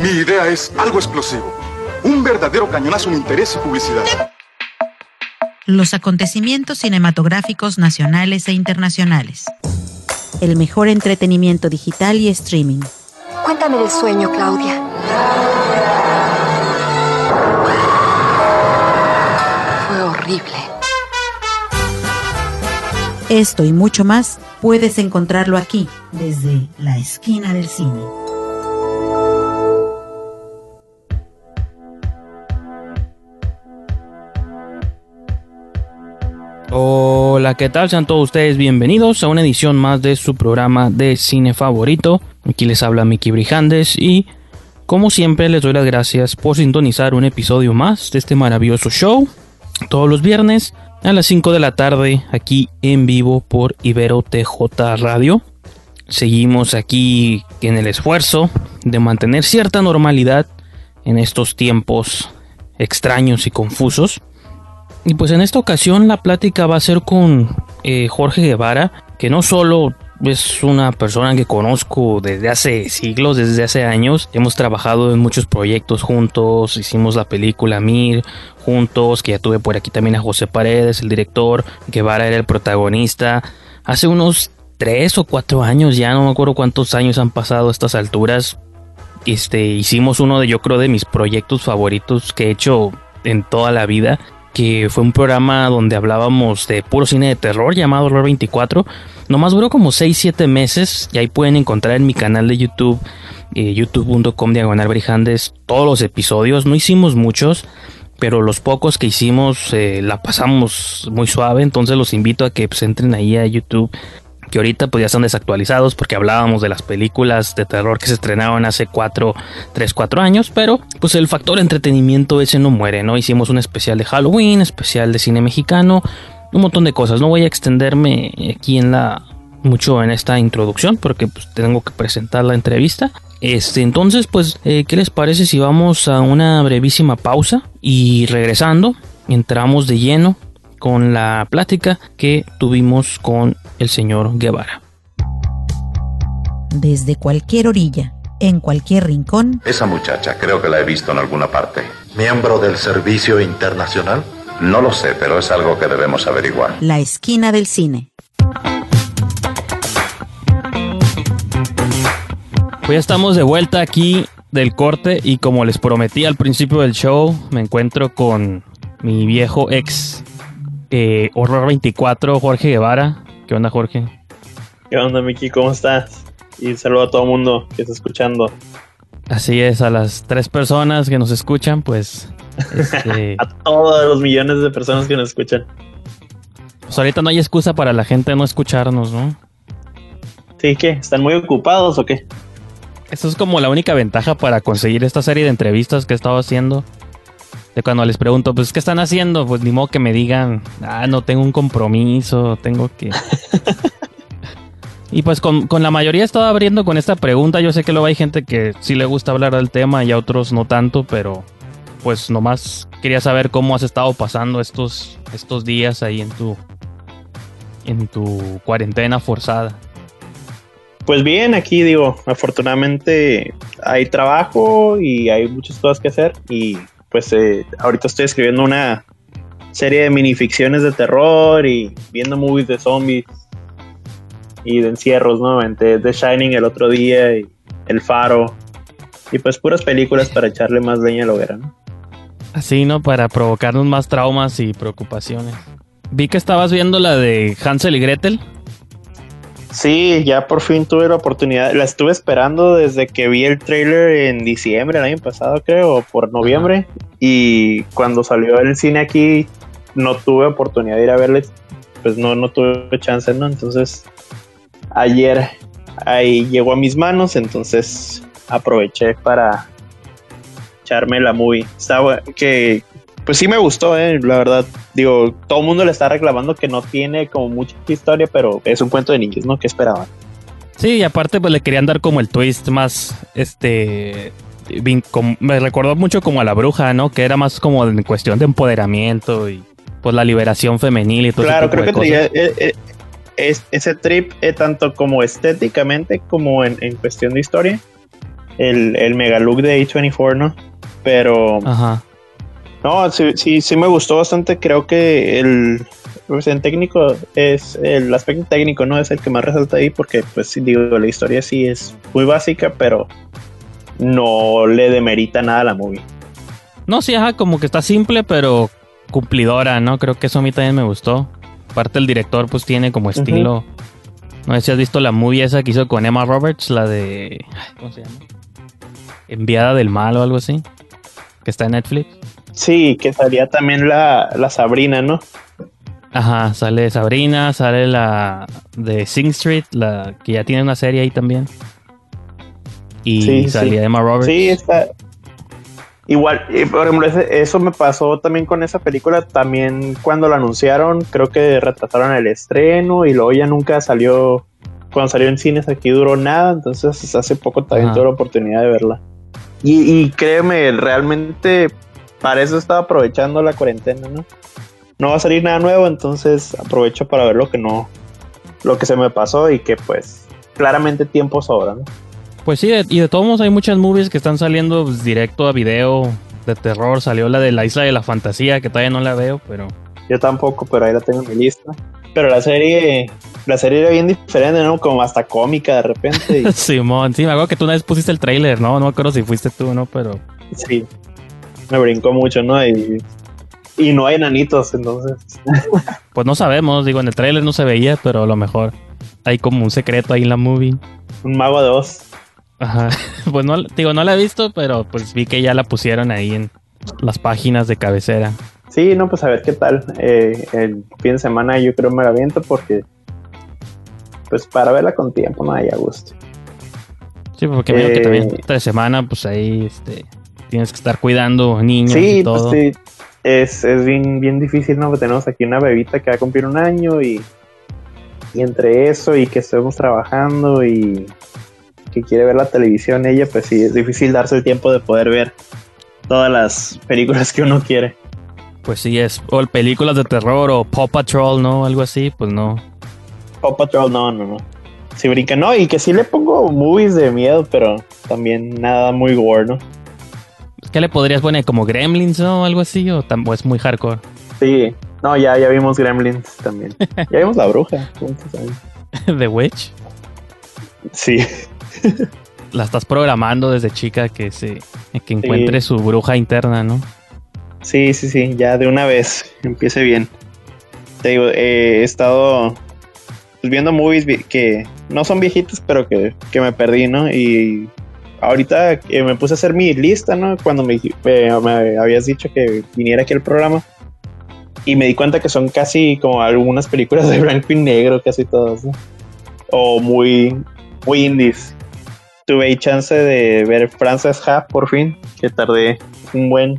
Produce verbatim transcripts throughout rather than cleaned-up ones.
Mi idea es algo explosivo. Un verdadero cañonazo en interés y publicidad. Los acontecimientos cinematográficos nacionales e internacionales. El mejor entretenimiento digital y streaming. Cuéntame del sueño, Claudia. Fue horrible. Esto y mucho más puedes encontrarlo aquí, desde la esquina del cine. Hola, ¿qué tal? Sean todos ustedes bienvenidos a una edición más de su programa de cine favorito. Aquí les habla Miki Brijandes y, como siempre, les doy las gracias por sintonizar un episodio más de este maravilloso show. Todos los viernes a las cinco de la tarde, aquí en vivo por Ibero T J Radio. Seguimos aquí en el esfuerzo de mantener cierta normalidad en estos tiempos extraños y confusos. Y pues en esta ocasión la plática va a ser con eh, Jorge Guevara, que no solo es una persona que conozco desde hace siglos, desde hace años. Hemos trabajado en muchos proyectos juntos, hicimos la película Mir juntos, que ya tuve por aquí también a José Paredes, el director. Guevara era el protagonista. Hace unos tres o cuatro años, ya no me acuerdo cuántos años han pasado a estas alturas. Este, hicimos uno de, yo creo, de mis proyectos favoritos que he hecho en toda la vida, que fue un programa donde hablábamos de puro cine de terror llamado Horror veinticuatro. Nomás duró como seis siete meses y ahí pueden encontrar en mi canal de YouTube, eh, youtube punto com diagonal Brijandes, todos los episodios. No hicimos muchos, pero los pocos que hicimos eh, la pasamos muy suave, entonces los invito a que pues, entren ahí a YouTube, que ahorita pues ya están desactualizados porque hablábamos de las películas de terror que se estrenaron hace cuatro, tres, cuatro años, pero pues el factor entretenimiento ese no muere, ¿no? Hicimos un especial de Halloween, especial de cine mexicano, un montón de cosas. No voy a extenderme aquí en la mucho en esta introducción porque pues tengo que presentar la entrevista. Este, entonces pues, eh, ¿qué les parece si vamos a una brevísima pausa y regresando entramos de lleno con la plática que tuvimos con el señor Guevara? Desde cualquier orilla, en cualquier rincón. Esa muchacha creo que la he visto en alguna parte. ¿Miembro del Servicio Internacional? No lo sé, pero es algo que debemos averiguar. La esquina del cine. Pues ya estamos de vuelta aquí del corte y como les prometí al principio del show, me encuentro con mi viejo ex eh, Horror veinticuatro, Jorge Guevara. ¿Qué onda, Jorge? ¿Qué onda, Miki? ¿Cómo estás? Y saludo a todo el mundo que está escuchando. Así es, a las tres personas que nos escuchan, pues... Este... a todos los millones de personas que nos escuchan. Pues ahorita no hay excusa para la gente no escucharnos, ¿no? Sí, ¿qué? ¿Están muy ocupados o qué? Eso es como la única ventaja para conseguir esta serie de entrevistas que he estado haciendo. De cuando les pregunto, pues, ¿qué están haciendo? Pues ni modo que me digan, ah, no tengo un compromiso, tengo que... Y pues con, con la mayoría he estado abriendo con esta pregunta. Yo sé que luego hay gente que sí le gusta hablar del tema y a otros no tanto, pero pues nomás quería saber cómo has estado pasando estos, estos días ahí en tu, en tu cuarentena forzada. Pues bien, aquí digo, afortunadamente hay trabajo y hay muchas cosas que hacer y pues eh, ahorita estoy escribiendo una serie de minificciones de terror y viendo movies de zombies y de encierros, ¿no? Entre The Shining el otro día y El Faro y pues puras películas para echarle más leña a la hoguera, ¿no? Así, ¿no? Para provocarnos más traumas y preocupaciones. Vi que estabas viendo la de Hansel y Gretel. Sí, ya por fin tuve la oportunidad. La estuve esperando desde que vi el tráiler en diciembre el año pasado, creo, o por noviembre. Ajá. Y cuando salió el cine aquí, no tuve oportunidad de ir a verle. Pues no, no tuve chance, ¿no? Entonces, ayer ahí llegó a mis manos, entonces aproveché para echarme la movie. Estaba que... Pues sí me gustó, eh, la verdad. Digo, todo el mundo le está reclamando que no tiene como mucha historia, pero es un cuento de niños, ¿no? ¿Qué esperaban? Sí, y aparte pues le querían dar como el twist más, este... me recordó mucho como a La Bruja, ¿no? Que era más como en cuestión de empoderamiento y pues la liberación femenil y todo claro, ese tipo creo de que cosas. Te, eh, eh, es, ese trip, eh, tanto como estéticamente como en, en cuestión de historia, el, el mega look de A veinticuatro, ¿no? Pero Ajá. no, sí, sí, sí me gustó bastante. Creo que el, pues, en técnico es el aspecto técnico, ¿no? Es el que más resalta ahí, porque pues sí, digo, la historia sí es muy básica, pero no le demerita nada a la movie. No, sí, ajá, como que está simple, pero cumplidora, ¿no? Creo que eso a mí también me gustó. Aparte el director pues tiene como estilo... Uh-huh. No sé si has visto la movie esa que hizo con Emma Roberts, la de... ¿Cómo se llama? Enviada del Mal o algo así. Que está en Netflix. Sí, que salía también la, la Sabrina, ¿no? Ajá, sale Sabrina, sale la de Sing Street, la que ya tiene una serie ahí también. Y sí, salía sí. Emma Roberts. Sí, está... Igual, por ejemplo, eso me pasó también con esa película. También cuando la anunciaron, creo que retrasaron el estreno y luego ya nunca salió. Cuando salió en cines aquí duró nada. Entonces hace poco también Ajá. tuve la oportunidad de verla. Y, y créeme, realmente para eso estaba aprovechando la cuarentena, ¿no? No va a salir nada nuevo, entonces aprovecho para ver lo que no, lo que se me pasó y que pues claramente tiempo sobra, ¿no? Pues sí, y de todos modos hay muchas movies que están saliendo pues, directo a video de terror. Salió la de la Isla de la Fantasía, que todavía no la veo, pero... Yo tampoco, pero ahí la tengo en mi lista. Pero la serie, la serie era bien diferente, ¿no? Como hasta cómica de repente. Y... Simón, sí, me acuerdo que tú una vez pusiste el tráiler, ¿no? No me acuerdo si fuiste tú, ¿no? Pero... Sí, me brincó mucho, ¿no? Y, y no hay enanitos, entonces... Pues no sabemos, digo, en el tráiler no se veía, pero a lo mejor hay como un secreto ahí en la movie. Un mago de Oz. Ajá, pues no, digo, no la he visto, pero pues vi que ya la pusieron ahí en las páginas de cabecera. Sí, no, pues a ver qué tal. Eh, el fin de semana yo creo me la aviento porque, pues para verla con tiempo, no hay a gusto. Sí, porque me eh, que también esta semana, pues ahí este, tienes que estar cuidando niños sí, y todo. Sí, pues sí, es, es bien, bien difícil, ¿no? Tenemos aquí una bebita que va a cumplir un año y, y entre eso y que estemos trabajando y... que quiere ver la televisión ella, pues sí, es difícil darse el tiempo de poder ver todas las películas que uno quiere. Pues sí, es o películas de terror o Paw Patrol, ¿no? Algo así, pues no. Paw Patrol, no, no, no. Sí brinca, no, y que sí le pongo movies de miedo, pero también nada muy gore, ¿no? ¿Qué le podrías poner? ¿Como Gremlins o algo así? ¿O, tam- o es muy hardcore? Sí, no, ya, ya vimos Gremlins también. Ya vimos La Bruja. ¿The Witch? Sí. La estás programando desde chica que se que encuentre sí. su bruja interna, ¿no? Sí, sí, sí, ya de una vez empiece bien. Te digo, eh, he estado pues, viendo movies que no son viejitas, pero que, que me perdí, ¿no? Y ahorita eh, me puse a hacer mi lista, ¿no? Cuando me, eh, me habías dicho que viniera aquí al programa. Y me di cuenta que son casi como algunas películas de blanco y negro, casi todas, ¿no? O muy, muy indies. Tuve chance de ver Frances Ha por fin, que tardé un buen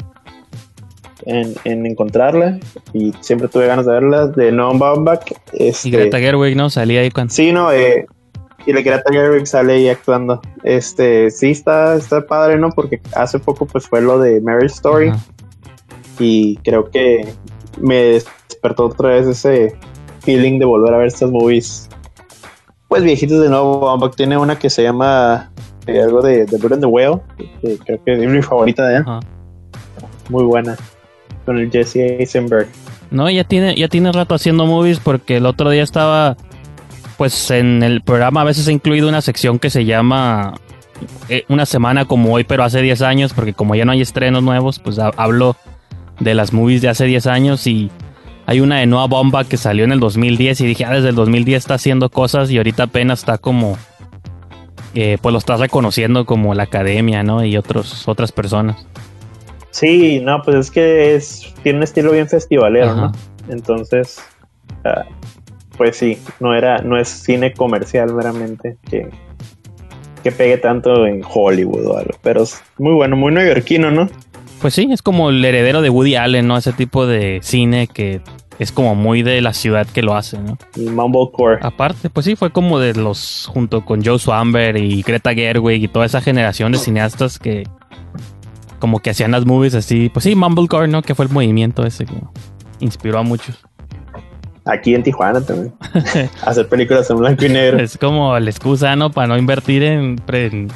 en, en encontrarla y siempre tuve ganas de verla, de Noah Baumbach. Este, y Greta Gerwig, ¿no? Salía ahí cuando... Sí, no, eh, y la Greta Gerwig sale ahí actuando. Este, sí está, está padre, ¿no? Porque hace poco pues fue lo de Marriage Story. Ajá. Y creo que me despertó otra vez ese feeling de volver a ver estas movies pues viejitos de nuevo. Baumbach tiene una que se llama eh, algo de The Bird and the Whale, que creo que es mi favorita de él. Ajá. Muy buena, con el Jesse Eisenberg. No, ya tiene, ya tiene rato haciendo movies, porque el otro día estaba, pues en el programa a veces he incluido una sección que se llama eh, Una semana como hoy, pero hace diez años, porque como ya no hay estrenos nuevos, pues ha, hablo de las movies de hace diez años. Y hay una de Noah Baumbach que salió en el dos mil diez y dije, ah, desde el dos mil diez está haciendo cosas y ahorita apenas está como, eh, pues lo estás reconociendo como la academia, ¿no? Y otros, otras personas. Sí, no, pues es que es, tiene un estilo bien festivalero, ajá, ¿no? Entonces, uh, pues sí, no era, no es cine comercial meramente que, que pegue tanto en Hollywood o algo, pero es muy bueno, muy neoyorquino, ¿no? Pues sí, es como el heredero de Woody Allen, ¿no? Ese tipo de cine que es como muy de la ciudad que lo hace, ¿no? El Mumblecore. Aparte, pues sí, fue como de los, junto con Joe Swanberg y Greta Gerwig y toda esa generación de cineastas que como que hacían las movies así, pues sí, Mumblecore, ¿no? Que fue el movimiento ese que inspiró a muchos. Aquí en Tijuana también. Hacer películas en blanco y negro. Es como la excusa, ¿no? Para no invertir en, en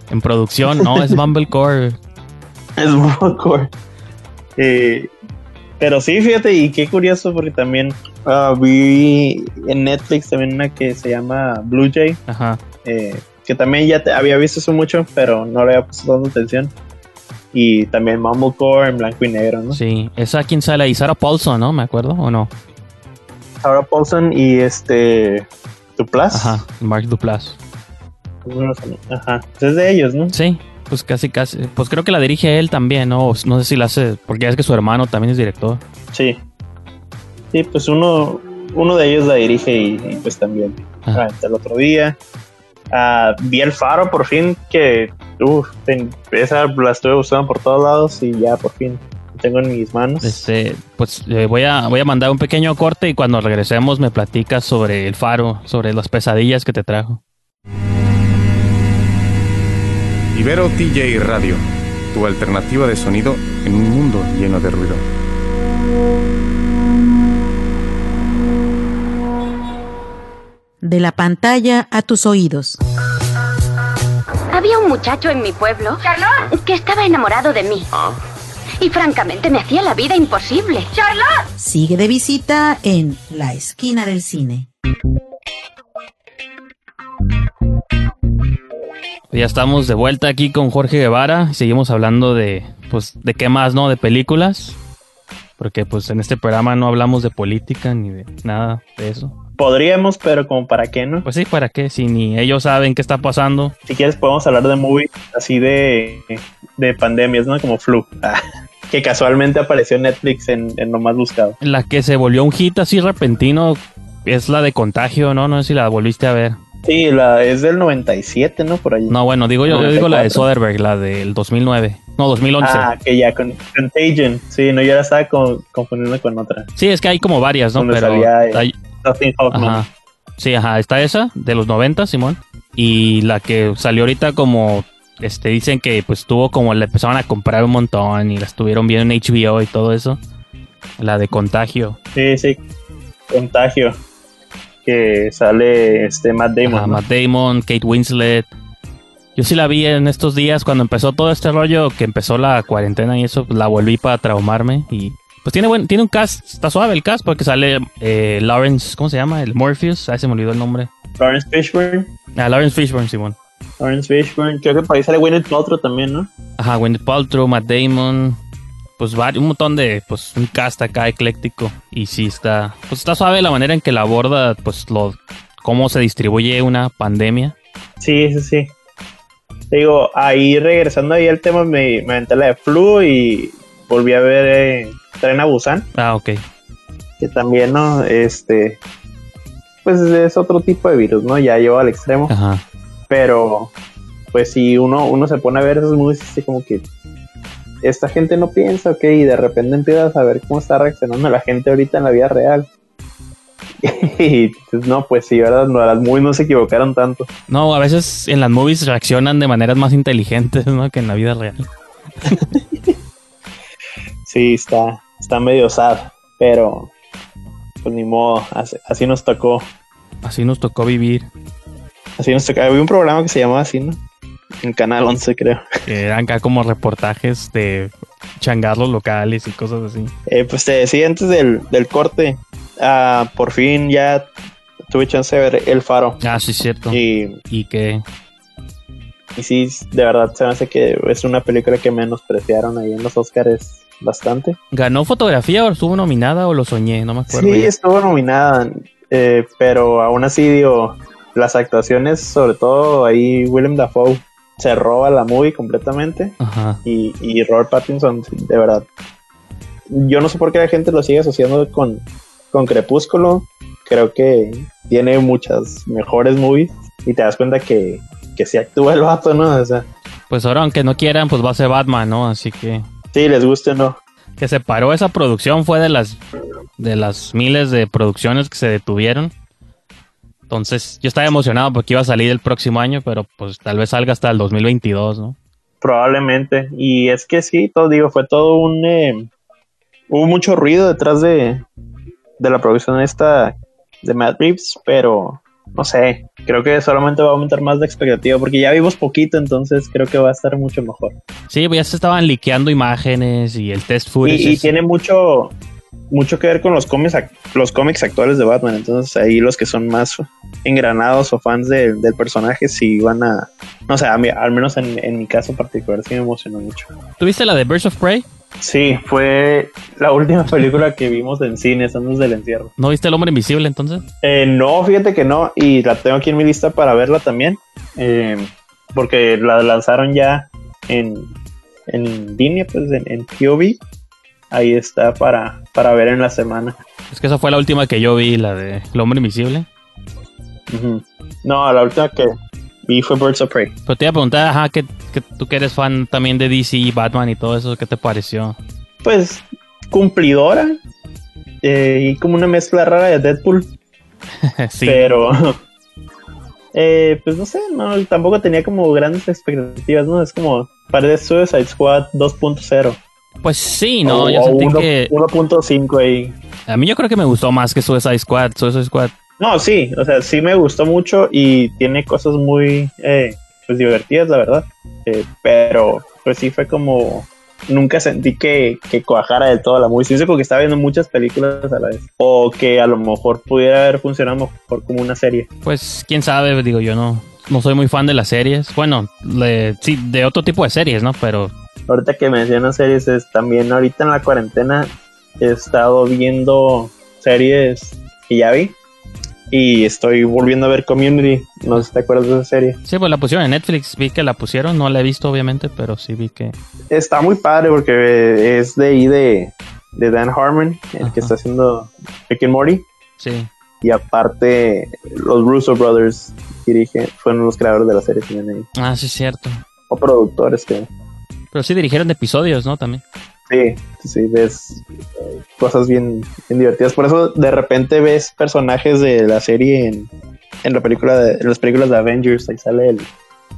En producción, no, es Mumblecore. Es Mumblecore. Eh, pero sí, fíjate, y qué curioso, porque también uh, vi en Netflix también una que se llama Blue Jay. Ajá. Eh, que también ya te, había visto eso mucho, pero no le había puesto tanta atención. Y también Mumblecore en blanco y negro, ¿no? Sí, esa quién sale ahí, Sarah Paulson, ¿no? ¿Me acuerdo o no? Sarah Paulson y este Duplass. Ajá, Mark Duplass. Ajá, es de ellos, ¿no? Sí, pues casi casi, pues creo que la dirige él también, ¿no? No sé si la hace, porque es que su hermano también es director. Sí. Sí, pues uno, uno de ellos la dirige y, y pues también. Ah, el otro día. Uh, vi El Faro por fin, que uff, esa la estuve buscando por todos lados y ya por fin la tengo en mis manos. Este, pues eh, voy a voy a mandar un pequeño corte y cuando regresemos me platicas sobre El Faro, sobre las pesadillas que te trajo. Ibero T J Radio, tu alternativa de sonido en un mundo lleno de ruido. De la pantalla a tus oídos. Había un muchacho en mi pueblo, Charlotte, que estaba enamorado de mí. ¿Ah? Y francamente me hacía la vida imposible. ¡Charlotte! Sigue de visita en La Esquina del Cine. Ya estamos de vuelta aquí con Jorge Guevara. Seguimos hablando de, pues, de qué más, ¿no? De películas. Porque, pues, en este programa no hablamos de política ni de nada de eso. Podríamos, pero como para qué, ¿no? Pues sí, ¿para qué? Si ni ellos saben qué está pasando. Si quieres podemos hablar de movies así de, de pandemias, ¿no? Como Flu. Ah, que casualmente apareció en Netflix en, en lo más buscado. La que se volvió un hit así repentino es la de Contagio, ¿no? No sé si la volviste a ver. Sí, la es del noventa y siete, ¿no? Por ahí. No, bueno, digo yo, yo digo la de Soderbergh, la del dos mil nueve. No, dos mil once. Ah, que ya, con Contagion. Sí, no, yo la estaba con, confundiendo con otra. Sí, es que hay como varias, ¿no? Donde Pero salía, eh, hay... Dustin Hoffman. Ajá. Sí, ajá, está esa de los noventa, Simón. Y la que salió ahorita como, este, dicen que pues tuvo como, le empezaron a comprar un montón y la estuvieron viendo en H B O y todo eso. La de Contagio. Sí, sí, Contagio. Que sale este Matt Damon. Ajá, ¿no? Matt Damon, Kate Winslet. Yo sí la vi en estos días cuando empezó todo este rollo, que empezó la cuarentena y eso, pues la volví para traumarme y... Pues tiene buen, tiene un cast, está suave el cast porque sale eh, Lawrence, ¿cómo se llama? El Morpheus, ah, se me olvidó el nombre. Lawrence Fishburne. Ah, Lawrence Fishburne, Simón. Lawrence Fishburne, creo que por ahí sale Gwyneth Paltrow también, ¿no? Ajá, Gwyneth Paltrow, Matt Damon, pues un montón de, pues un cast acá ecléctico y sí está, pues está suave la manera en que la aborda, pues lo, cómo se distribuye una pandemia. Sí, sí, sí. Digo, ahí regresando ahí al tema, me, me aventé la de Flu y volví a ver eh, Tren a Busan. Ah, ok. Que también, ¿no? Este, pues es otro tipo de virus, ¿no? Ya lleva al extremo. Ajá. Pero, pues si uno, uno se pone a ver esos movies, así como que esta gente no piensa, ok, y de repente empiezas a ver cómo está reaccionando la gente ahorita en la vida real. Y pues, no, pues sí, ¿verdad? No, las movies no se equivocaron tanto. No, a veces en las movies reaccionan de maneras más inteligentes, ¿no? Que en la vida real. Sí, está, está medio sad, pero pues ni modo, así, así nos tocó. Así nos tocó vivir. Así nos tocó. Había un programa que se llamaba así, ¿no? En Canal once, creo. Que eran acá como reportajes de changarlos locales y cosas así. Eh, pues te decía antes del, del corte, uh, por fin ya tuve chance de ver El Faro. Ah, sí, cierto. Y, y que... Y sí, de verdad se me hace que es una película que menospreciaron ahí en los Oscars bastante. ¿Ganó fotografía o estuvo nominada o lo soñé? No me acuerdo. Sí, ya. estuvo nominada, eh, pero aún así, digo, las actuaciones, sobre todo ahí Willem Dafoe se roba la movie completamente. Ajá. Y, y Robert Pattinson, de verdad. Yo no sé por qué la gente lo sigue asociando con, con Crepúsculo. Creo que tiene muchas mejores movies y te das cuenta que, que sí actúa el vato, ¿no? O sea, pues ahora, aunque no quieran, pues va a ser Batman, ¿no? Así que... Sí, les guste o no. Que se paró esa producción, fue de las de las miles de producciones que se detuvieron. Entonces, yo estaba emocionado porque iba a salir el próximo año, pero pues tal vez salga hasta el dos mil veintidós, ¿no? Probablemente. Y es que sí, todo digo, fue todo un... Eh, hubo mucho ruido detrás de, de la producción esta de Matt Reeves, pero no sé. creo que solamente va a aumentar más la expectativa, porque ya vimos poquito, entonces creo que va a estar mucho mejor. Sí, pues ya se estaban liqueando imágenes y el test footage. Y, y es... tiene mucho, mucho que ver con los cómics, los cómics actuales de Batman, entonces ahí los que son más engranados o fans de, del personaje sí van a, no sé, a mí, al menos en, en mi caso particular sí me emocionó mucho. ¿Tuviste la de Birds of Prey? Sí, fue la última película que vimos en cines antes del encierro. ¿No viste El Hombre Invisible entonces? Eh, no, fíjate que no, y la tengo aquí en mi lista para verla también, eh, porque la lanzaron ya en, en línea, pues en, en P O V. Ahí está para, para ver en la semana. Es que esa fue la última que yo vi, la de El Hombre Invisible. Uh-huh. No, la última que vi fue Birds of Prey. Pero te iba a preguntar, ajá, que, que tú que eres fan también de D C, Batman y todo eso, ¿qué te pareció? Pues cumplidora eh, y como una mezcla rara de Deadpool. Sí. Pero eh, pues no sé, no, tampoco tenía como grandes expectativas, ¿no? Es como parece Suicide Squad dos punto cero. Pues sí, no, o, yo o sentí uno, que uno punto cinco ahí. a mí yo creo que me gustó más que Suicide Squad. Suicide Squad. No, sí, o sea, sí me gustó mucho y tiene cosas muy eh, pues divertidas, la verdad. Eh, pero pues sí fue como nunca sentí que, que cuajara del todo la movie. Siento como que estaba viendo muchas películas a la vez. O que a lo mejor pudiera haber funcionado mejor como una serie. Pues quién sabe, digo yo, no no soy muy fan de las series. Bueno, le, sí, de otro tipo de series, ¿no? Pero ahorita que mencionas series, es también ahorita en la cuarentena he estado viendo series que ya vi. Y estoy volviendo a ver Community. No sé si te acuerdas de esa serie. Sí, pues la pusieron en Netflix. Vi que la pusieron. No la he visto, obviamente, pero sí vi que... Está muy padre porque es de ahí de, de Dan Harmon, el Ajá. que está haciendo Rick and Morty. Sí. Y aparte, los Russo Brothers dirigen, fueron los creadores de la serie también ahí. Ah, sí, es cierto. O productores, que Pero sí dirigieron episodios, ¿no? También. sí, sí, ves eh, cosas bien, bien divertidas. Por eso de repente ves personajes de la serie en, en la película de, en las películas de Avengers. Ahí sale el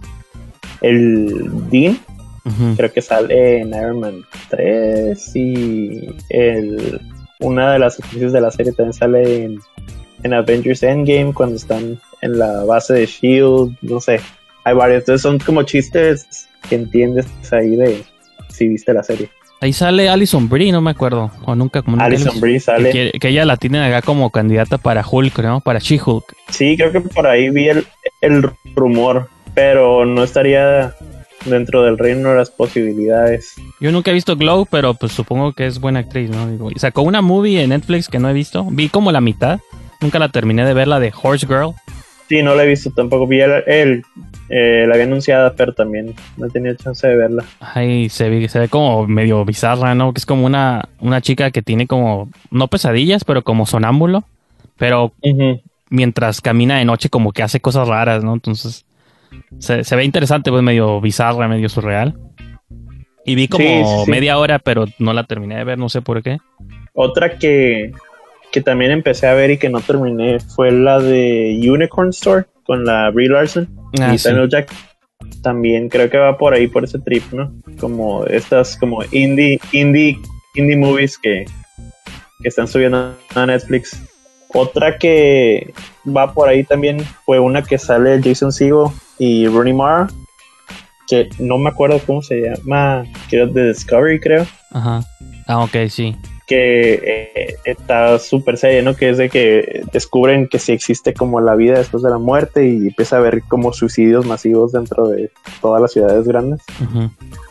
el Dean, Uh-huh. creo que sale en Iron Man tres, y el una de las actrices de la serie también sale en, en Avengers Endgame cuando están en la base de S H I E L D, no sé, hay varios. Entonces son como chistes que entiendes ahí de si viste la serie. Ahí sale Alison Brie, no me acuerdo. O nunca como Alison Brie sale. Que, que ella la tienen acá como candidata para Hulk, ¿no? Para She-Hulk. Sí, creo que por ahí vi el, el rumor, pero no estaría dentro del reino de las posibilidades. Yo nunca he visto Glow, pero pues supongo que es buena actriz, ¿no? Digo, y sacó una movie en Netflix que no he visto. Vi como la mitad. Nunca la terminé de ver, la de Horse Girl. Sí, no la he visto tampoco. Vi el, el eh, la había anunciada, pero también no he tenido chance de verla. Ay, se ve, se ve como medio bizarra, ¿no? Que es como una, una chica que tiene como, no pesadillas, pero como sonámbulo. Pero Uh-huh. mientras camina de noche como que hace cosas raras, ¿no? Entonces se, se ve interesante, pues medio bizarra, medio surreal. Y vi como Sí, sí, sí. media hora, pero no la terminé de ver, no sé por qué. Otra que, que también empecé a ver y que no terminé fue la de Unicorn Store con la Brie Larson Ah, y sí. Samuel Jackson. También creo que va por ahí, por ese trip, ¿no? Como estas como indie indie indie movies que, que están subiendo a Netflix. Otra que va por ahí también fue una que sale Jason Segel y Rooney Mara, que no me acuerdo cómo se llama, que es de Discovery, creo. Ajá. Ah, ok, sí. Que eh, está súper seria, ¿no? Que es de que descubren que sí existe como la vida después de la muerte y empieza a haber como suicidios masivos dentro de todas las ciudades grandes. Ujú.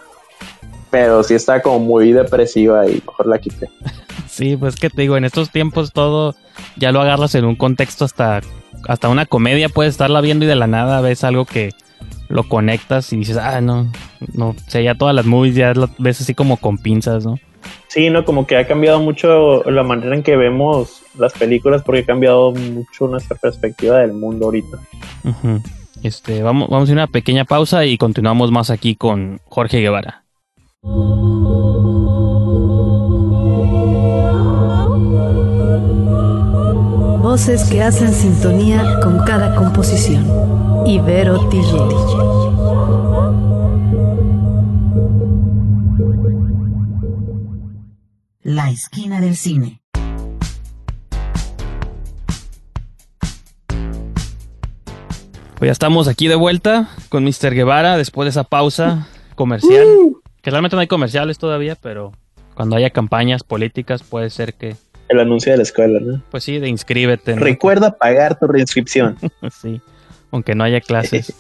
Pero sí está como muy depresiva y mejor la quité. Sí, pues que te digo, en estos tiempos todo ya lo agarras en un contexto hasta, hasta una comedia, puedes estarla viendo y de la nada ves algo que lo conectas y dices, ah, no, no, o sea, ya todas las movies ya las ves así como con pinzas, ¿no? Sí, ¿no? Como que ha cambiado mucho la manera en que vemos las películas porque ha cambiado mucho nuestra perspectiva del mundo ahorita. Ujú. Este, vamos, vamos a una pequeña pausa y continuamos más aquí con Jorge Guevara. Voces que hacen sintonía con cada composición. Ibero Tilley. La esquina del cine. Pues ya estamos aquí de vuelta con mister Guevara después de esa pausa comercial. Uh. Que realmente no hay comerciales todavía, pero cuando haya campañas políticas puede ser que... El anuncio de la escuela, ¿no? Pues sí, de inscríbete, ¿no? Recuerda pagar tu reinscripción. Sí, aunque no haya clases.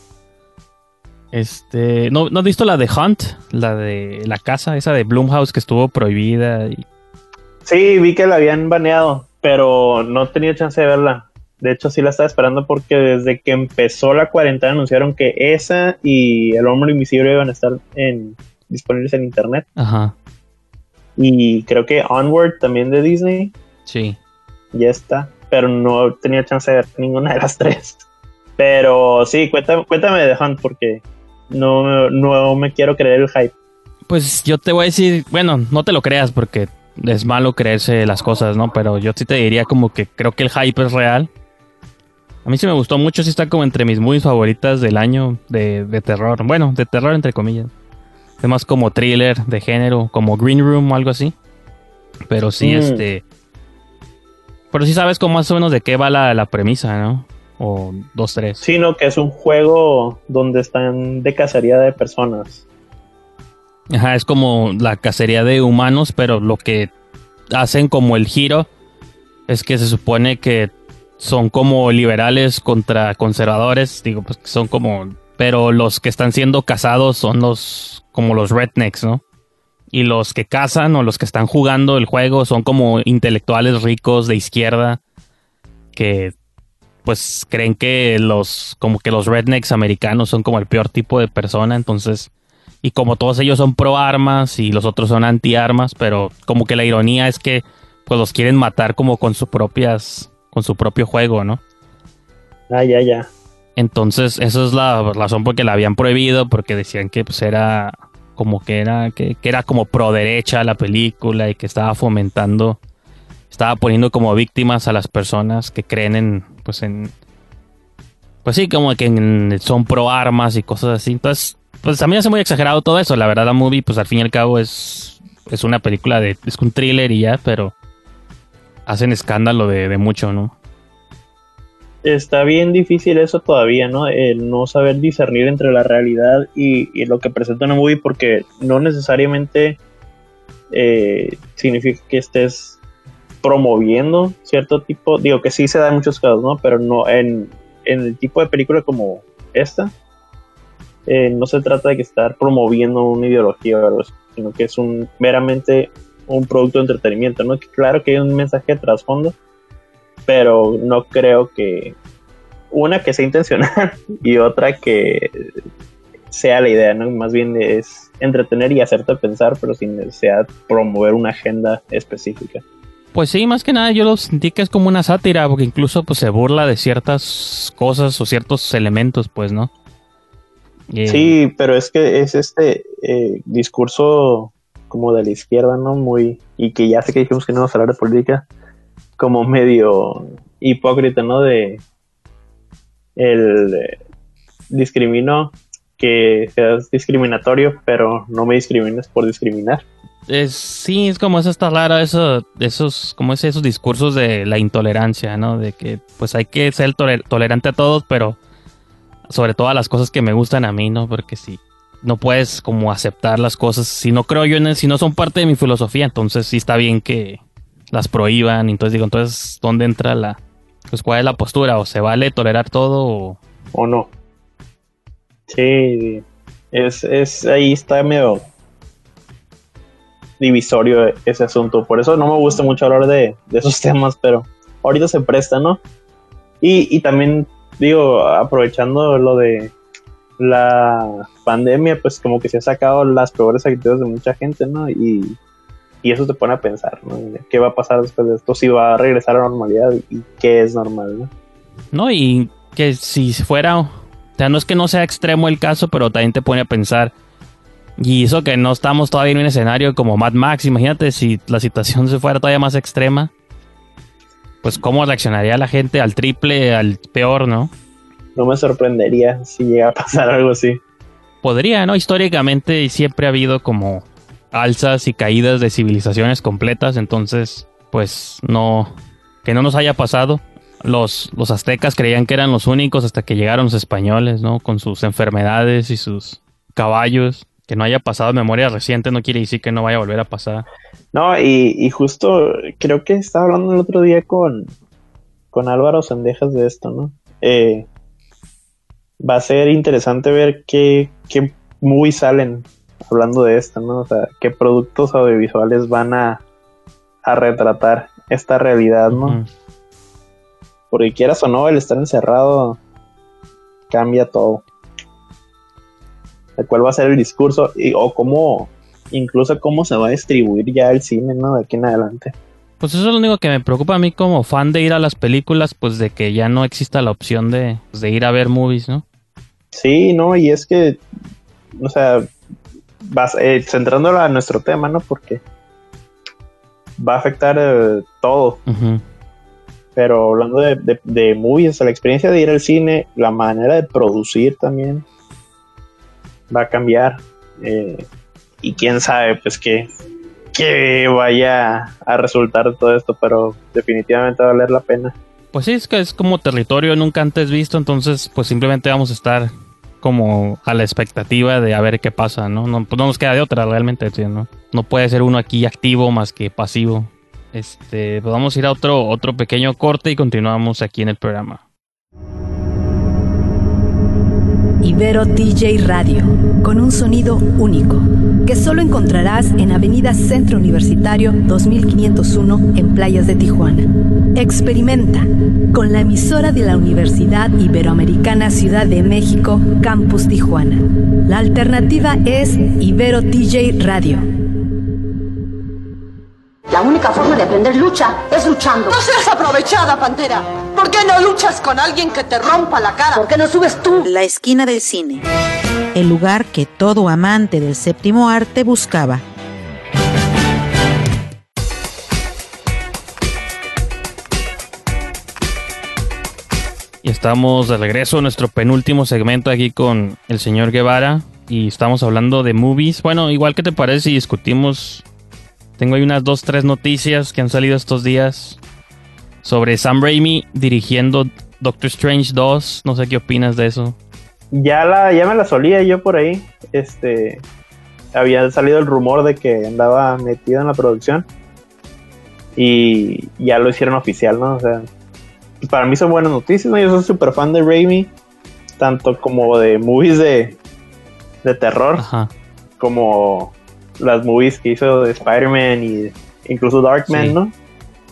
Este, ¿no, ¿no has visto la de Hunt? La de la casa, esa de Blumhouse que estuvo prohibida. Y... Sí, vi que la habían baneado, pero no tenía chance de verla. De hecho, sí la estaba esperando porque desde que empezó la cuarentena anunciaron que esa y El Hombre Invisible iban a estar en, disponibles en internet. Ajá. Y creo que Onward también de Disney. Sí. Ya está, pero no tenía chance de ver ninguna de las tres. Pero sí, cuéntame, cuéntame de Hunt porque no, no me quiero creer el hype. Pues yo te voy a decir, bueno, no te lo creas porque es malo creerse las cosas, ¿no? Pero yo sí te diría como que creo que el hype es real. A mí sí me gustó mucho, sí está como entre mis movies favoritas del año de, de terror. Bueno, de terror entre comillas. Es más como thriller de género, como Green Room o algo así. Pero sí, mm. este... Pero sí sabes como más o menos de qué va la, la premisa, ¿no? O dos, tres. Sí, no, que es un juego donde están de cacería de personas. Ajá, es como la cacería de humanos, pero lo que hacen como el giro es que se supone que son como liberales contra conservadores, digo, pues que son como... Pero los que están siendo cazados son los como los rednecks, ¿no? Y los que cazan o los que están jugando el juego son como intelectuales ricos de izquierda que pues creen que los como que los rednecks americanos son como el peor tipo de persona, entonces... Y como todos ellos son pro armas y los otros son anti armas, pero como que la ironía es que pues los quieren matar como con sus propias... con su propio juego, ¿no? Ah, ya, ya. Entonces, esa es la razón por que la habían prohibido, porque decían que pues era como que era que, que era como pro derecha la película y que estaba fomentando, estaba poniendo como víctimas a las personas que creen en, pues en, pues sí, como que en, son pro armas y cosas así. Entonces, pues a mí me hace muy exagerado todo eso. La verdad, la movie, pues al fin y al cabo es, es una película de, es un thriller y ya, pero hacen escándalo de, de mucho, ¿no? Está bien difícil eso todavía, ¿no? El no saber discernir entre la realidad y, y lo que presenta una movie, porque no necesariamente eh, significa que estés promoviendo cierto tipo, digo que sí se da en muchos casos, ¿no? Pero no en, en el tipo de película como esta, eh, no se trata de que estar promoviendo una ideología o algo así, sino que es un meramente un producto de entretenimiento, ¿no? Claro que hay un mensaje de trasfondo, pero no creo que una que sea intencional y otra que sea la idea, ¿no? Más bien es entretener y hacerte pensar, pero sin necesidad de promover una agenda específica. Pues sí, más que nada yo lo sentí que es como una sátira, porque incluso pues se burla de ciertas cosas o ciertos elementos, pues, ¿no? Eh... Sí, pero es que es este eh, discurso como de la izquierda, ¿no? Muy, y que ya sé que dijimos que no vamos a hablar de política, como medio hipócrita, ¿no? De el eh, discrimino, que seas discriminatorio, pero no me discrimines por discriminar. Es, sí, es como eso está raro, eso, esos, como es esos discursos de la intolerancia, ¿no? De que pues hay que ser toler- tolerante a todos, pero sobre todo a las cosas que me gustan a mí, ¿no? Porque si no puedes como aceptar las cosas, si no creo yo en él, si no son parte de mi filosofía, entonces sí está bien que las prohíban. Entonces digo, entonces, ¿dónde entra la... pues cuál es la postura? ¿O se vale tolerar todo o...? O no. Sí, es, es ahí está medio divisorio ese asunto. Por eso no me gusta mucho hablar de, de esos temas, pero ahorita se presta, ¿no? Y, y también, digo, aprovechando lo de la pandemia, pues como que se ha sacado las peores actitudes de mucha gente, ¿no? Y... Y eso te pone a pensar, ¿no? ¿Qué va a pasar después de esto? Si va a regresar a la normalidad y qué es normal, ¿no? No, y que si fuera... O sea, no es que no sea extremo el caso, pero también te pone a pensar. Y eso que no estamos todavía en un escenario como Mad Max. Imagínate si la situación se fuera todavía más extrema. Pues cómo reaccionaría la gente al triple, al peor, ¿no? No me sorprendería si llega a pasar algo así. Podría, ¿no? Históricamente siempre ha habido como... alzas y caídas de civilizaciones completas, entonces pues no, que no nos haya pasado. los, los aztecas creían que eran los únicos hasta que llegaron los españoles, ¿no? Con sus enfermedades y sus caballos. Que no haya pasado en memoria reciente no quiere decir que no vaya a volver a pasar. No, y, y justo creo que estaba hablando el otro día con, con Álvaro Sendejas de esto, ¿no? Eh, va a ser interesante ver qué, qué movies salen hablando de esto, ¿no? O sea, qué productos audiovisuales van a, a retratar esta realidad, ¿no? Uh-huh. Porque quieras o no, el estar encerrado cambia todo. ¿Cuál va a ser el discurso? Y, o cómo, incluso cómo se va a distribuir ya el cine, ¿no? De aquí en adelante. Pues eso es lo único que me preocupa a mí como fan de ir a las películas, pues de que ya no exista la opción de, pues, de ir a ver movies, ¿no? Sí, no, y es que, o sea, vas, eh, centrándolo a nuestro tema, ¿no? Porque va a afectar eh, todo. Uh-huh. Pero hablando de, de, de movies, o sea, la experiencia de ir al cine, la manera de producir también va a cambiar. Eh, y quién sabe, pues, que, que vaya a resultar de todo esto, pero definitivamente va a valer la pena. Pues sí, es que es como territorio nunca antes visto, entonces pues simplemente vamos a estar como a la expectativa de a ver qué pasa, ¿no? No, pues no nos queda de otra realmente, ¿sí? ¿no? No puede ser uno aquí activo más que pasivo. Este, pues vamos a ir a otro, otro pequeño corte y continuamos aquí en el programa. Ibero D J Radio, con un sonido único, que solo encontrarás en Avenida Centro Universitario dos mil quinientos uno en Playas de Tijuana. Experimenta con la emisora de la Universidad Iberoamericana Ciudad de México, Campus Tijuana. La alternativa es Ibero D J Radio. La única forma de aprender lucha es luchando. No seas aprovechada, Pantera. ¿Por qué no luchas con alguien que te rompa la cara? ¿Por qué no subes tú? La esquina del cine. El lugar que todo amante del séptimo arte buscaba. Y estamos de regreso a nuestro penúltimo segmento aquí con el señor Guevara. Y estamos hablando de movies. Bueno, igual que te parece si discutimos... Tengo ahí unas dos, tres noticias que han salido estos días sobre Sam Raimi dirigiendo Doctor Strange dos. No sé qué opinas de eso. Ya la, ya me la solía yo por ahí. Este, había salido el rumor de que andaba metido en la producción y ya lo hicieron oficial, ¿no? O sea, para mí son buenas noticias, ¿no? Yo soy súper fan de Raimi, tanto como de movies de, de terror, ajá, como las movies que hizo de Spider-Man y incluso Darkman, sí, ¿no?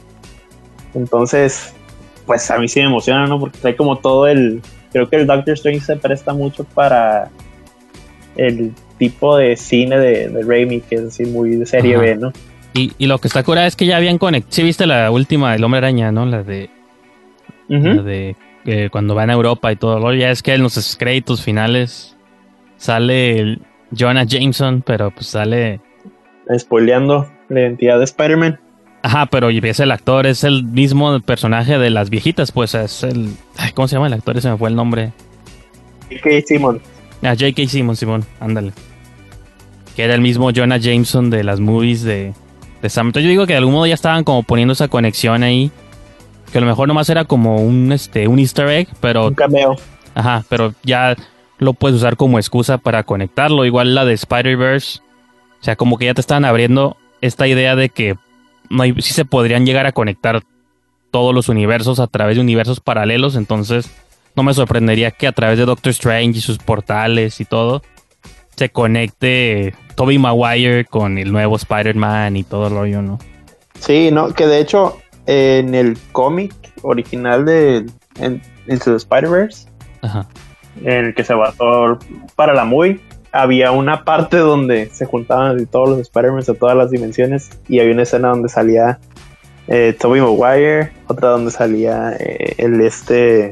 Entonces, pues a mí sí me emociona, ¿no? Porque trae como todo el... Creo que el Doctor Strange se presta mucho para el tipo de cine de, de Raimi, que es así muy de serie, ajá, B, ¿no? Y, y lo que está curado es que ya habían conectado... Sí viste la última del Hombre Araña, ¿no? La de... Uh-huh. La de... Eh, cuando van a Europa y todo. Ya es que en los créditos finales sale el Jonah Jameson, pero pues sale... Spoileando la identidad de Spider-Man. Ajá, pero es el actor, es el mismo personaje de las viejitas, pues es el... Ay, ¿cómo se llama el actor? Ese me fue el nombre. J K. Simmons. Ah, J K. Simmons, Simón, ándale. Que era el mismo Jonah Jameson de las movies de, de Sam. Entonces yo digo que de algún modo ya estaban como poniendo esa conexión ahí. Que a lo mejor nomás era como un, este, un easter egg, pero... Un cameo. Ajá, pero ya lo puedes usar como excusa para conectarlo. Igual la de Spider-Verse. O sea, como que ya te estaban abriendo esta idea de que no hay, sí se podrían llegar a conectar todos los universos a través de universos paralelos. Entonces no me sorprendería que a través de Doctor Strange y sus portales y todo se conecte Tobey Maguire con el nuevo Spider-Man y todo el rollo, ¿no? Sí, no, que de hecho en el cómic original de Into the Spider-Verse, ajá, en el que se basó para la movie, había una parte donde se juntaban todos los Spider-Man de todas las dimensiones y había una escena donde salía eh, Tobey Maguire, otra donde salía eh, el este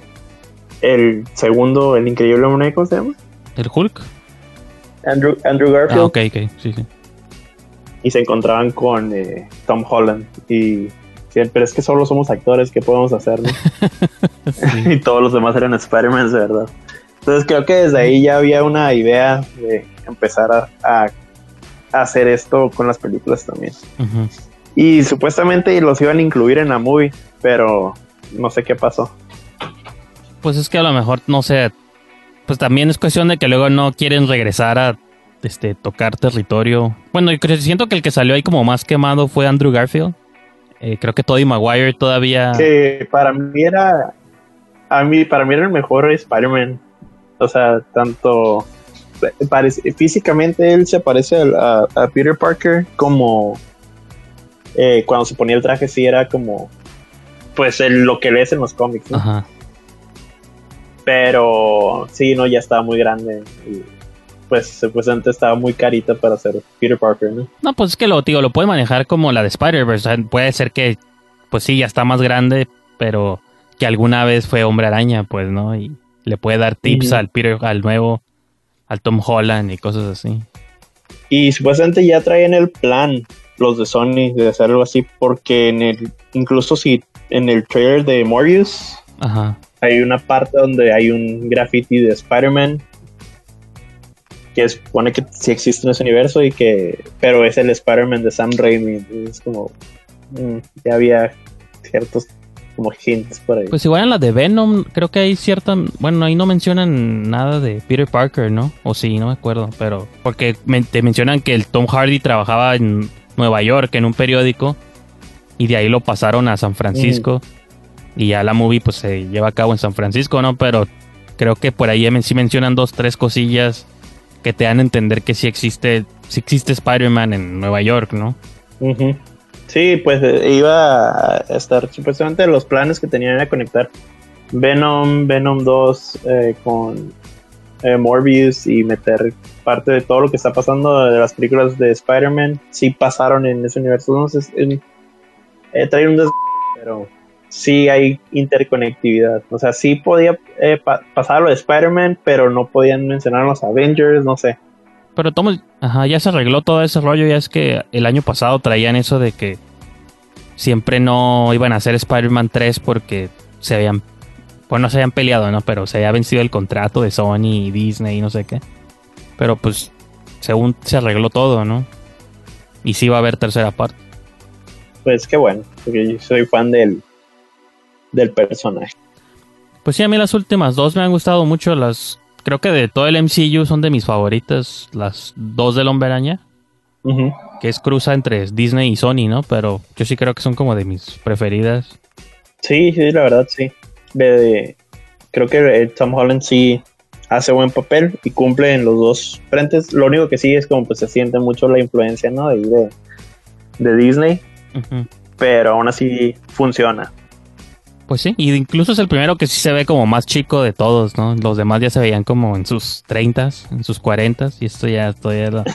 el segundo, el increíble hombre, ¿cómo se llama? ¿El Hulk? Andrew, Andrew Garfield. Ah, ok, ok, sí, sí. Y se encontraban con eh, Tom Holland y sí, pero es que solo somos actores, ¿qué podemos hacer, no? Sí. Y todos los demás eran Spider-Man, de verdad. Entonces creo que desde ahí ya había una idea de empezar a, a, a hacer esto con las películas también. Uh-huh. Y supuestamente los iban a incluir en la movie, pero no sé qué pasó. Pues es que a lo mejor, no sé, pues también es cuestión de que luego no quieren regresar a este tocar territorio. Bueno, yo creo, siento que el que salió ahí como más quemado fue Andrew Garfield. Eh, creo que Tobey Maguire todavía... Que para mí era... A mí, para mí era el mejor Spider-Man. O sea, tanto... Parece, físicamente él se parece a, a, a Peter Parker como... Eh, cuando se ponía el traje sí era como... Pues el, lo que lees en los cómics, ¿no? Ajá. Pero sí, no, ya estaba muy grande. Y pues, pues antes estaba muy carita para ser Peter Parker, ¿no? No, pues es que lo, digo, lo puede manejar como la de Spider-Verse. O sea, puede ser que, pues sí, ya está más grande, pero que alguna vez fue Hombre Araña, pues, ¿no? Y le puede dar tips uh-huh. al Peter, al nuevo, al Tom Holland y cosas así. Y supuestamente ya traen el plan, los de Sony, de hacer algo así, porque en el, incluso si en el trailer de Morbius, ajá, hay una parte donde hay un graffiti de Spider-Man que supone que sí existe en ese universo y que, pero es el Spider-Man de Sam Raimi. Es como mmm, ya había ciertos como hints por ahí. Pues igual en la de Venom creo que hay cierta, bueno, ahí no mencionan nada de Peter Parker, ¿no? O sí, no me acuerdo, pero porque me, te mencionan que el Tom Hardy trabajaba en Nueva York en un periódico y de ahí lo pasaron a San Francisco. Mm. Y ya la movie pues se lleva a cabo en San Francisco, ¿no? Pero creo que por ahí sí mencionan dos, tres cosillas que te dan a entender que sí existe, sí existe Spider-Man en Nueva York, ¿no? Uh-huh. Sí, pues iba a estar supuestamente los planes que tenían era conectar Venom, Venom dos eh, con eh, Morbius y meter parte de todo lo que está pasando de las películas de Spider-Man. Sí pasaron en ese universo, no sé, eh, eh, traer un des... pero... sí hay interconectividad. O sea, sí podía eh, pa- pasar lo de Spider-Man, pero no podían mencionar los Avengers, no sé. Pero Tom, ajá, ya se arregló todo ese rollo. Ya es que el año pasado traían eso de que siempre no iban a hacer Spider-Man tres porque se habían, pues no se habían peleado, ¿no? Pero se había vencido el contrato de Sony y Disney y no sé qué. Pero pues, según se arregló todo, ¿no? Y sí va a haber tercera parte. Pues qué bueno, porque yo soy fan del del personaje. Pues sí, a mí las últimas dos me han gustado mucho. Las creo que de todo el M C U son de mis favoritas. Las dos del Hombre Araña, uh-huh. que es cruza entre Disney y Sony, ¿no? Pero yo sí creo que son como de mis preferidas. Sí, sí, la verdad, sí. De, de, creo que Tom Holland sí hace buen papel y cumple en los dos frentes. Lo único que sí es como pues se siente mucho la influencia, ¿no? De, de, de Disney. Uh-huh. Pero aún así funciona. Pues sí, y incluso es el primero que sí se ve como más chico de todos, ¿no? Los demás ya se veían como en sus treintas, en sus cuarentas, y esto ya todavía la,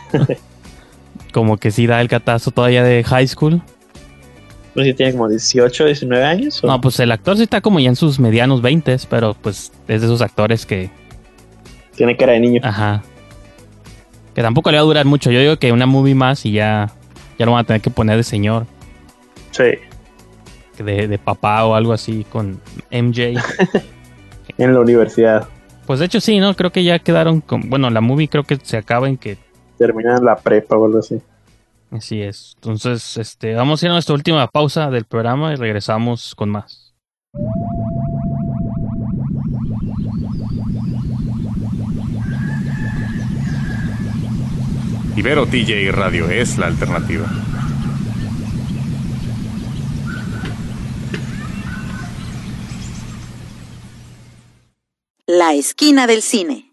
como que sí da el catazo todavía de high school. Pues sí tiene como dieciocho, diecinueve años. ¿o? No, pues el actor sí está como ya en sus medianos veintes, pero pues es de esos actores que... tiene cara de niño. Ajá. Que tampoco le va a durar mucho. Yo digo que una movie más y ya, ya lo van a tener que poner de señor. Sí. De, de papá o algo así con M J. En la universidad. Pues de hecho sí, ¿no? Creo que ya quedaron con... Bueno, la movie creo que se acaba en que... terminan la prepa o algo así. Así es. Entonces, este, vamos a ir a nuestra última pausa del programa y regresamos con más. Ibero T J Radio es la alternativa. La esquina del cine.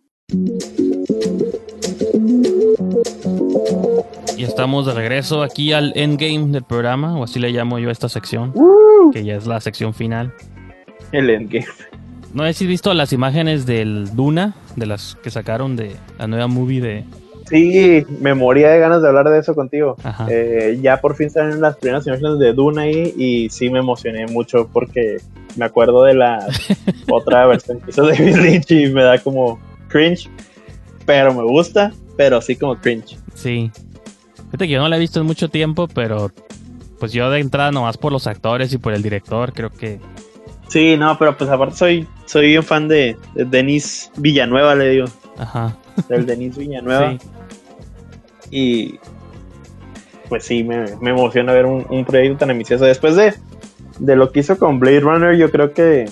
Y estamos de regreso aquí al endgame del programa, o así le llamo yo a esta sección, uh. que ya es la sección final. El endgame. No sé si has visto las imágenes del Duna, de las que sacaron de la nueva movie de... Sí, me moría de ganas de hablar de eso contigo. Eh, ya por fin salen las primeras imágenes de Duna ahí y sí me emocioné mucho porque me acuerdo de la otra versión que hizo David Lynch y me da como cringe, pero me gusta, pero sí como cringe. Sí. Fíjate que yo no la he visto en mucho tiempo, pero pues yo de entrada nomás por los actores y por el director creo que... Sí, no, pero pues aparte soy soy un fan de, de Denis Villanueva, le digo. Ajá. Del Denis Villanueva. Sí. Y pues sí, me, me emociona ver un, un proyecto tan ambicioso. Después de de lo que hizo con Blade Runner, yo creo que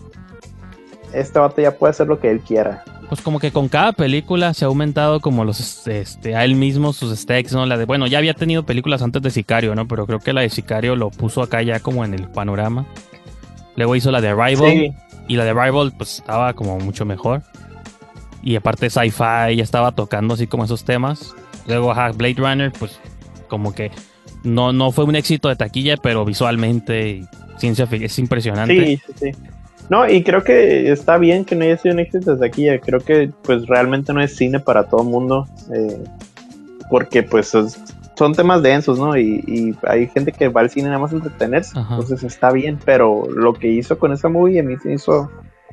este vato ya puede hacer lo que él quiera. Pues como que con cada película se ha aumentado como los, este, a él mismo sus stakes, ¿no? La de, bueno, ya había tenido películas antes de Sicario, ¿no? Pero creo que la de Sicario lo puso acá ya como en el panorama. Luego hizo la de Arrival. Sí. Y la de Arrival, pues, estaba como mucho mejor. Y aparte sci-fi, ya estaba tocando así como esos temas. Luego, ajá, Blade Runner, pues, como que no, no fue un éxito de taquilla, pero visualmente, ciencia ficción, es impresionante. Sí, sí, sí. No, y creo que está bien que no haya sido un éxito de taquilla. Creo que pues realmente no es cine para todo el mundo, eh, porque pues es, son temas densos, ¿no? Y, y hay gente que va al cine nada más a entretenerse. Ajá. Entonces está bien, pero lo que hizo con esa movie a mí se hizo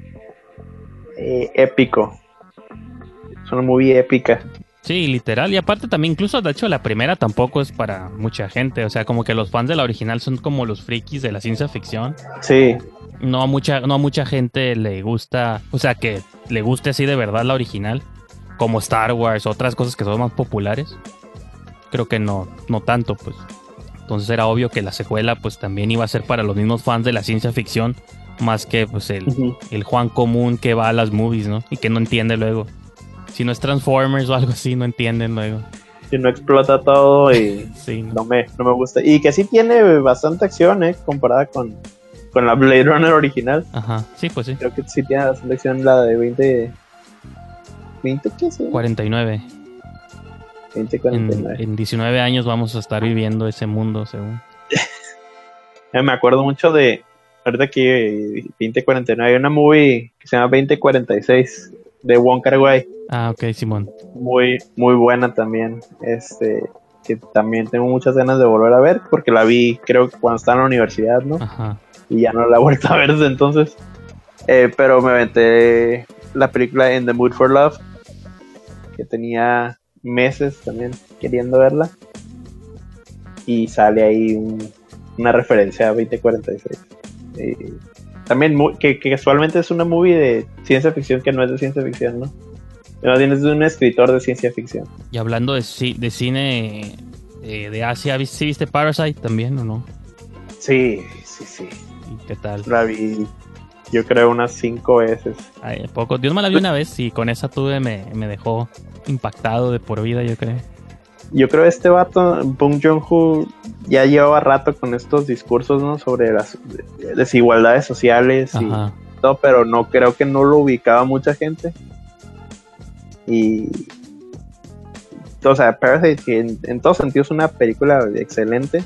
eh, épico. Es una movie épica. Sí, literal, y aparte también incluso de hecho la primera tampoco es para mucha gente, o sea, como que los fans de la original son como los frikis de la ciencia ficción. Sí. No a mucha, no a mucha gente le gusta, o sea, que le guste así de verdad la original, como Star Wars, otras cosas que son más populares. Creo que no, no tanto, pues. Entonces era obvio que la secuela, pues también iba a ser para los mismos fans de la ciencia ficción, más que pues el, uh-huh. el Juan común que va a las movies, ¿no? Y que no entiende luego. Si no es Transformers o algo así, no entienden luego. Si no explota todo y sí, no. No, me, no me gusta. Y que sí tiene bastante acción, ¿eh? Comparada con, con la Blade Runner original. Ajá, sí, pues sí. Creo que sí tiene bastante acción la de veinte... ¿veinte qué es? cuarenta y nueve. veinte cuarenta y nueve. En, en diecinueve años vamos a estar viviendo ese mundo, según. Me acuerdo mucho de... Ahorita que veinte cuarenta y nueve hay una movie que se llama veinte cuarenta y seis de Wong Kar-wai. Ah, ok, Simón. Muy, muy buena también. Este, que también tengo muchas ganas de volver a ver, porque la vi, creo que cuando estaba en la universidad, ¿no? Ajá. Y ya no la he vuelto a ver desde entonces. Eh, pero me aventé la película In the Mood for Love, que tenía meses también queriendo verla. Y sale ahí un, una referencia a veinte cuarenta y seis. Eh, también que, que casualmente es una movie de ciencia ficción que no es de ciencia ficción, ¿no? Más bien es de un escritor de ciencia ficción. Y hablando de, de cine eh, de Asia, ¿sí viste Parasite también o no? Sí, sí, sí. ¿Y qué tal? La vi, yo creo, unas cinco veces. Ay, poco. Dios me la vi una vez y con esa tuve me, me dejó impactado de por vida, yo creo. Yo creo que este vato, Bong Joon-ho, ya llevaba rato con estos discursos, ¿no? Sobre las desigualdades sociales. Ajá. Y todo, pero no creo que no lo ubicaba mucha gente. Y o sea, Parasite en, en todos sentidos es una película excelente,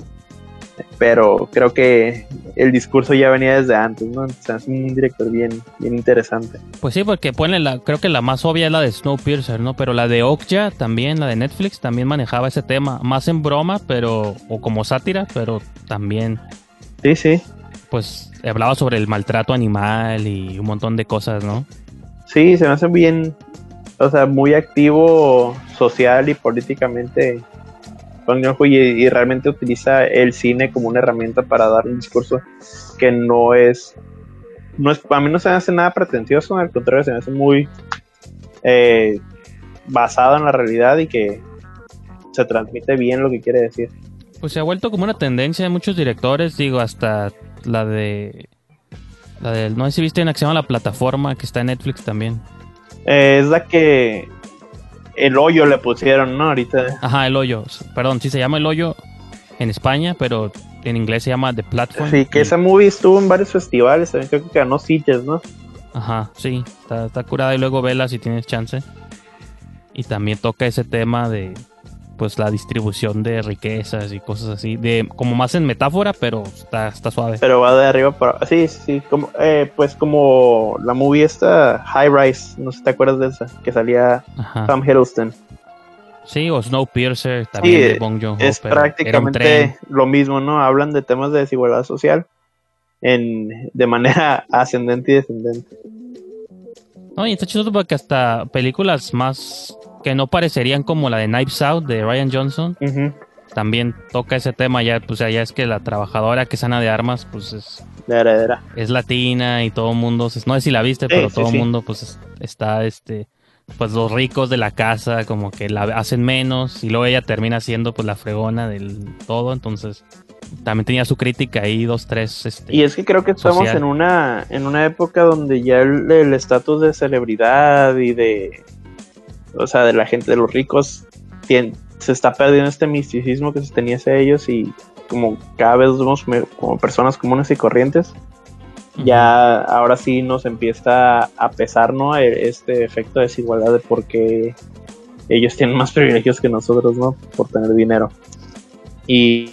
pero creo que el discurso ya venía desde antes, ¿no? O sea, es un director bien, bien interesante. Pues sí, porque pone la, creo que la más obvia es la de Snowpiercer, ¿no? Pero la de Okja también, la de Netflix, también manejaba ese tema, más en broma, pero, o como sátira, pero también. Sí, sí. Pues hablaba sobre el maltrato animal y un montón de cosas, ¿no? Sí, se me hace bien. O sea, muy activo social y políticamente y, y realmente utiliza el cine como una herramienta para dar un discurso que no es, no es a mí no se me hace nada pretencioso, al contrario, se me hace muy eh, basado en la realidad y que se transmite bien lo que quiere decir. Pues se ha vuelto como una tendencia de muchos directores, digo, hasta la de la de, no sé si viste una que se llama La Plataforma, que está en Netflix también. Eh, es la que El Hoyo le pusieron, ¿no? Ahorita. Ajá, El Hoyo. Perdón, sí se llama El Hoyo en España, pero en inglés se llama The Platform. Sí, que y... esa movie estuvo en varios festivales, también creo que ganó Sitges, ¿no? Ajá, sí, está, está curada y luego vela si tienes chance. Y también toca ese tema de pues la distribución de riquezas y cosas así, de como más en metáfora, pero está, está suave. Pero va de arriba para... Sí, sí, como, eh, pues como la movie esta, High Rise, no sé si te acuerdas de esa, que salía Ajá. Tom Hiddleston. Sí, o Snowpiercer, también sí, de Bong Joon-ho. Es prácticamente lo mismo, ¿no? Hablan de temas de desigualdad social en de manera ascendente y descendente. No, y está chido porque hasta películas más... que no parecerían como la de Knives Out de Rian Johnson, uh-huh. también toca ese tema. Ya pues ya es que la trabajadora que es Ana de Armas pues es la heredera, es latina y todo el mundo, no sé si la viste, sí, pero sí, todo el sí. mundo pues está este pues los ricos de la casa como que la hacen menos y luego ella termina siendo pues la fregona del todo, entonces también tenía su crítica ahí, dos, tres. Este, y es que creo que estamos social. en una en una época donde ya el estatus de celebridad y de, o sea, de la gente, de los ricos, tiene, se está perdiendo este misticismo que se tenía hacia ellos y como cada vez somos como personas comunes y corrientes. Ya ahora sí nos empieza a pesar, ¿no? Este efecto de desigualdad de por qué ellos tienen más privilegios que nosotros, ¿no? Por tener dinero. Y,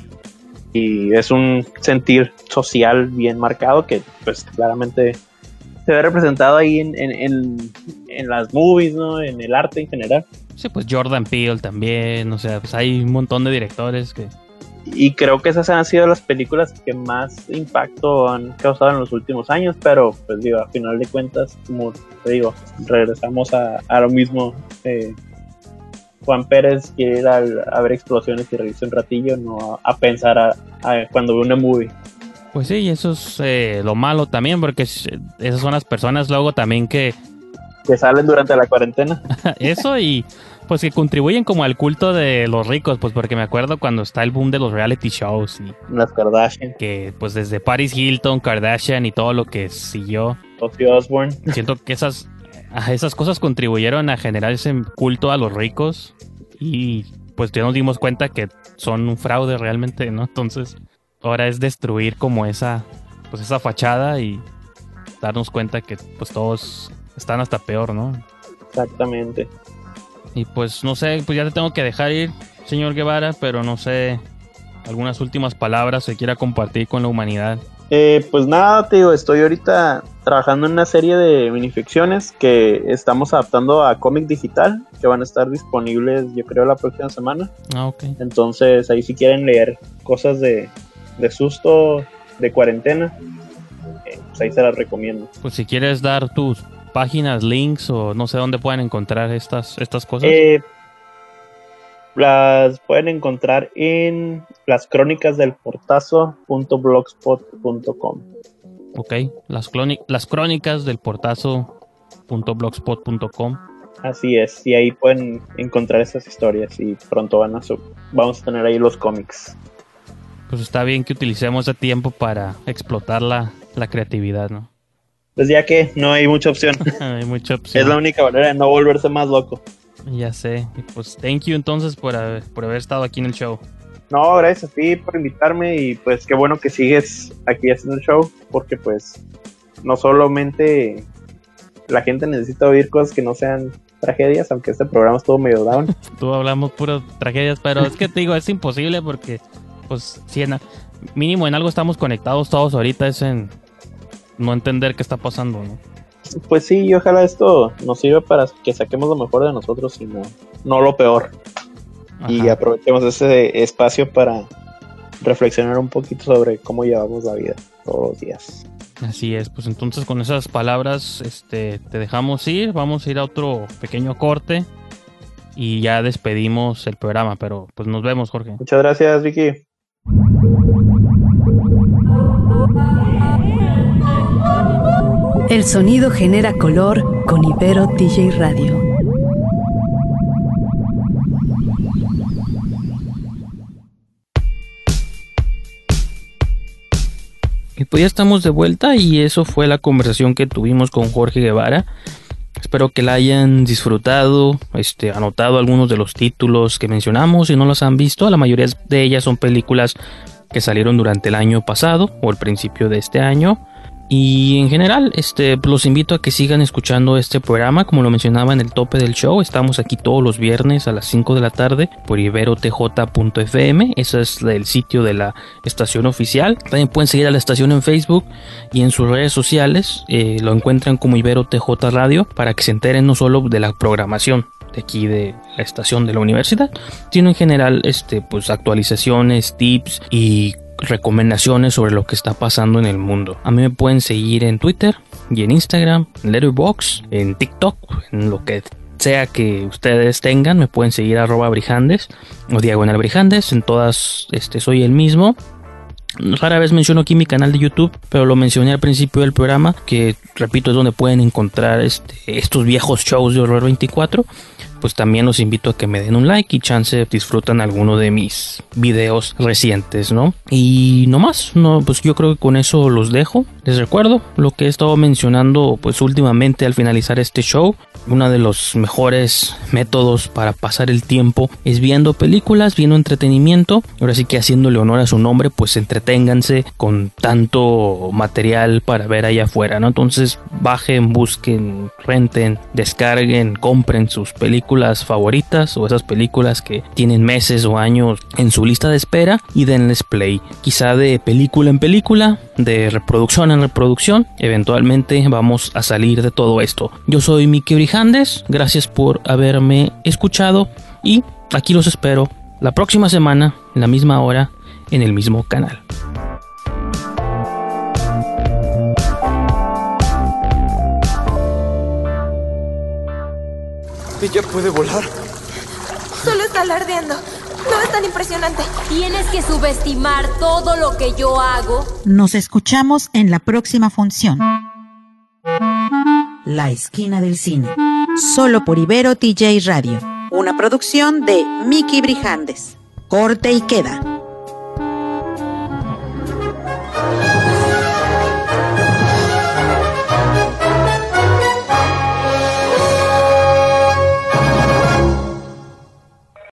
y es un sentir social bien marcado que pues claramente se ve representado ahí en, en, en, en las movies, ¿no? En el arte en general. Sí, pues Jordan Peele también, o sea, pues hay un montón de directores que... Y creo que esas han sido las películas que más impacto han causado en los últimos años, pero pues digo, a final de cuentas, como te digo, regresamos a, a lo mismo. eh, Juan Pérez quiere ir a, a ver explosiones y reírse un ratillo, no a, a pensar a, a cuando ve una movie. Pues sí, y eso es eh, lo malo también, porque esas son las personas luego también que... Que salen durante la cuarentena. Eso y... Pues que contribuyen como al culto de los ricos, pues porque me acuerdo cuando está el boom de los reality shows y las Kardashian, que pues desde Paris Hilton, Kardashian y todo lo que siguió, Ozzy Osbourne. Siento que esas esas cosas contribuyeron a generar ese culto a los ricos y pues ya nos dimos cuenta que son un fraude realmente, ¿no? Entonces ahora es destruir como esa pues esa fachada y darnos cuenta que pues todos están hasta peor, ¿no? Exactamente. Y pues no sé, pues ya te tengo que dejar ir, señor Guevara, pero no sé, algunas últimas palabras que quiera compartir con la humanidad. Eh, pues nada, te digo, estoy ahorita trabajando en una serie de minificciones que estamos adaptando a cómic digital, que van a estar disponibles yo creo la próxima semana. Ah, ok. Entonces ahí si quieren leer cosas de, de susto, de cuarentena, eh, pues ahí se las recomiendo. Pues si quieres dar tus páginas, links o no sé dónde pueden encontrar estas, estas cosas. Eh, las pueden encontrar en las crónicas del portazo punto blogspot punto com. Ok, las, cloni- las crónicas del portazo punto blogspot punto com. Así es, y ahí pueden encontrar esas historias y pronto van a sub- vamos a tener ahí los cómics. Pues está bien que utilicemos ese tiempo para explotar la, la creatividad, ¿no? Pues ya que no hay mucha opción. Hay mucha opción. Es la única manera de no volverse más loco. Ya sé. Y pues thank you entonces por haber, por haber estado aquí en el show. No, gracias a ti por invitarme y pues qué bueno que sigues aquí haciendo el show porque pues no solamente la gente necesita oír cosas que no sean tragedias, aunque este programa estuvo medio down. Tú hablamos puras tragedias, pero es que te digo, es imposible porque pues si en, mínimo en algo estamos conectados todos ahorita, es en no entender qué está pasando, ¿no? Pues sí, y ojalá esto nos sirva para que saquemos lo mejor de nosotros y no, no lo peor. Ajá. Y aprovechemos ese espacio para reflexionar un poquito sobre cómo llevamos la vida todos los días. Así es, pues entonces con esas palabras este, te dejamos ir, vamos a ir a otro pequeño corte y ya despedimos el programa, pero pues nos vemos, Jorge. Muchas gracias, Vicky. El sonido genera color con Ibero D J Radio. Y pues ya estamos de vuelta y eso fue la conversación que tuvimos con Jorge Guevara. Espero que la hayan disfrutado, este, anotado algunos de los títulos que mencionamos. Si no los han visto, la mayoría de ellas son películas que salieron durante el año pasado o el principio de este año. Y en general, este, los invito a que sigan escuchando este programa. Como lo mencionaba en el tope del show, estamos aquí todos los viernes a las cinco de la tarde por ibero t j punto f m. Ese es el sitio de la estación oficial. También pueden seguir a la estación en Facebook y en sus redes sociales. Eh, lo encuentran como Ibero T J Radio para que se enteren no solo de la programación de aquí de la estación de la universidad, sino en general este, pues, actualizaciones, tips y recomendaciones sobre lo que está pasando en el mundo. A mí me pueden seguir en Twitter y en Instagram, en Letterboxd, en TikTok, en lo que sea que ustedes tengan. Me pueden seguir arroba brijandes o diagonal brijandes. En todas este, soy el mismo. rara vez menciono aquí mi canal de YouTube, pero lo mencioné al principio del programa, que repito es donde pueden encontrar este, estos viejos shows de Horror veinticuatro. Pues también los invito a que me den un like y chance disfrutan alguno de mis videos recientes, ¿no? Y no más, no, pues yo creo que con eso los dejo. Les recuerdo lo que he estado mencionando pues últimamente al finalizar este show. Uno de los mejores métodos para pasar el tiempo es viendo películas, viendo entretenimiento. Ahora sí que haciéndole honor a su nombre, pues entreténganse con tanto material para ver allá afuera, ¿no? Entonces bajen, busquen, renten, descarguen, compren sus películas favoritas o esas películas que tienen meses o años en su lista de espera y denles play. Quizá de película en película, de reproducción en reproducción, eventualmente vamos a salir de todo esto. Yo soy Mickey Brijandes, gracias por haberme escuchado y aquí los espero la próxima semana, en la misma hora, en el mismo canal. ¿Ella puede volar? Solo está alardeando. No es tan impresionante. Tienes que subestimar todo lo que yo hago. Nos escuchamos en la próxima función. La Esquina del Cine. Solo por Ibero T J Radio. Una producción de Mickey Brijandes. Corte y queda.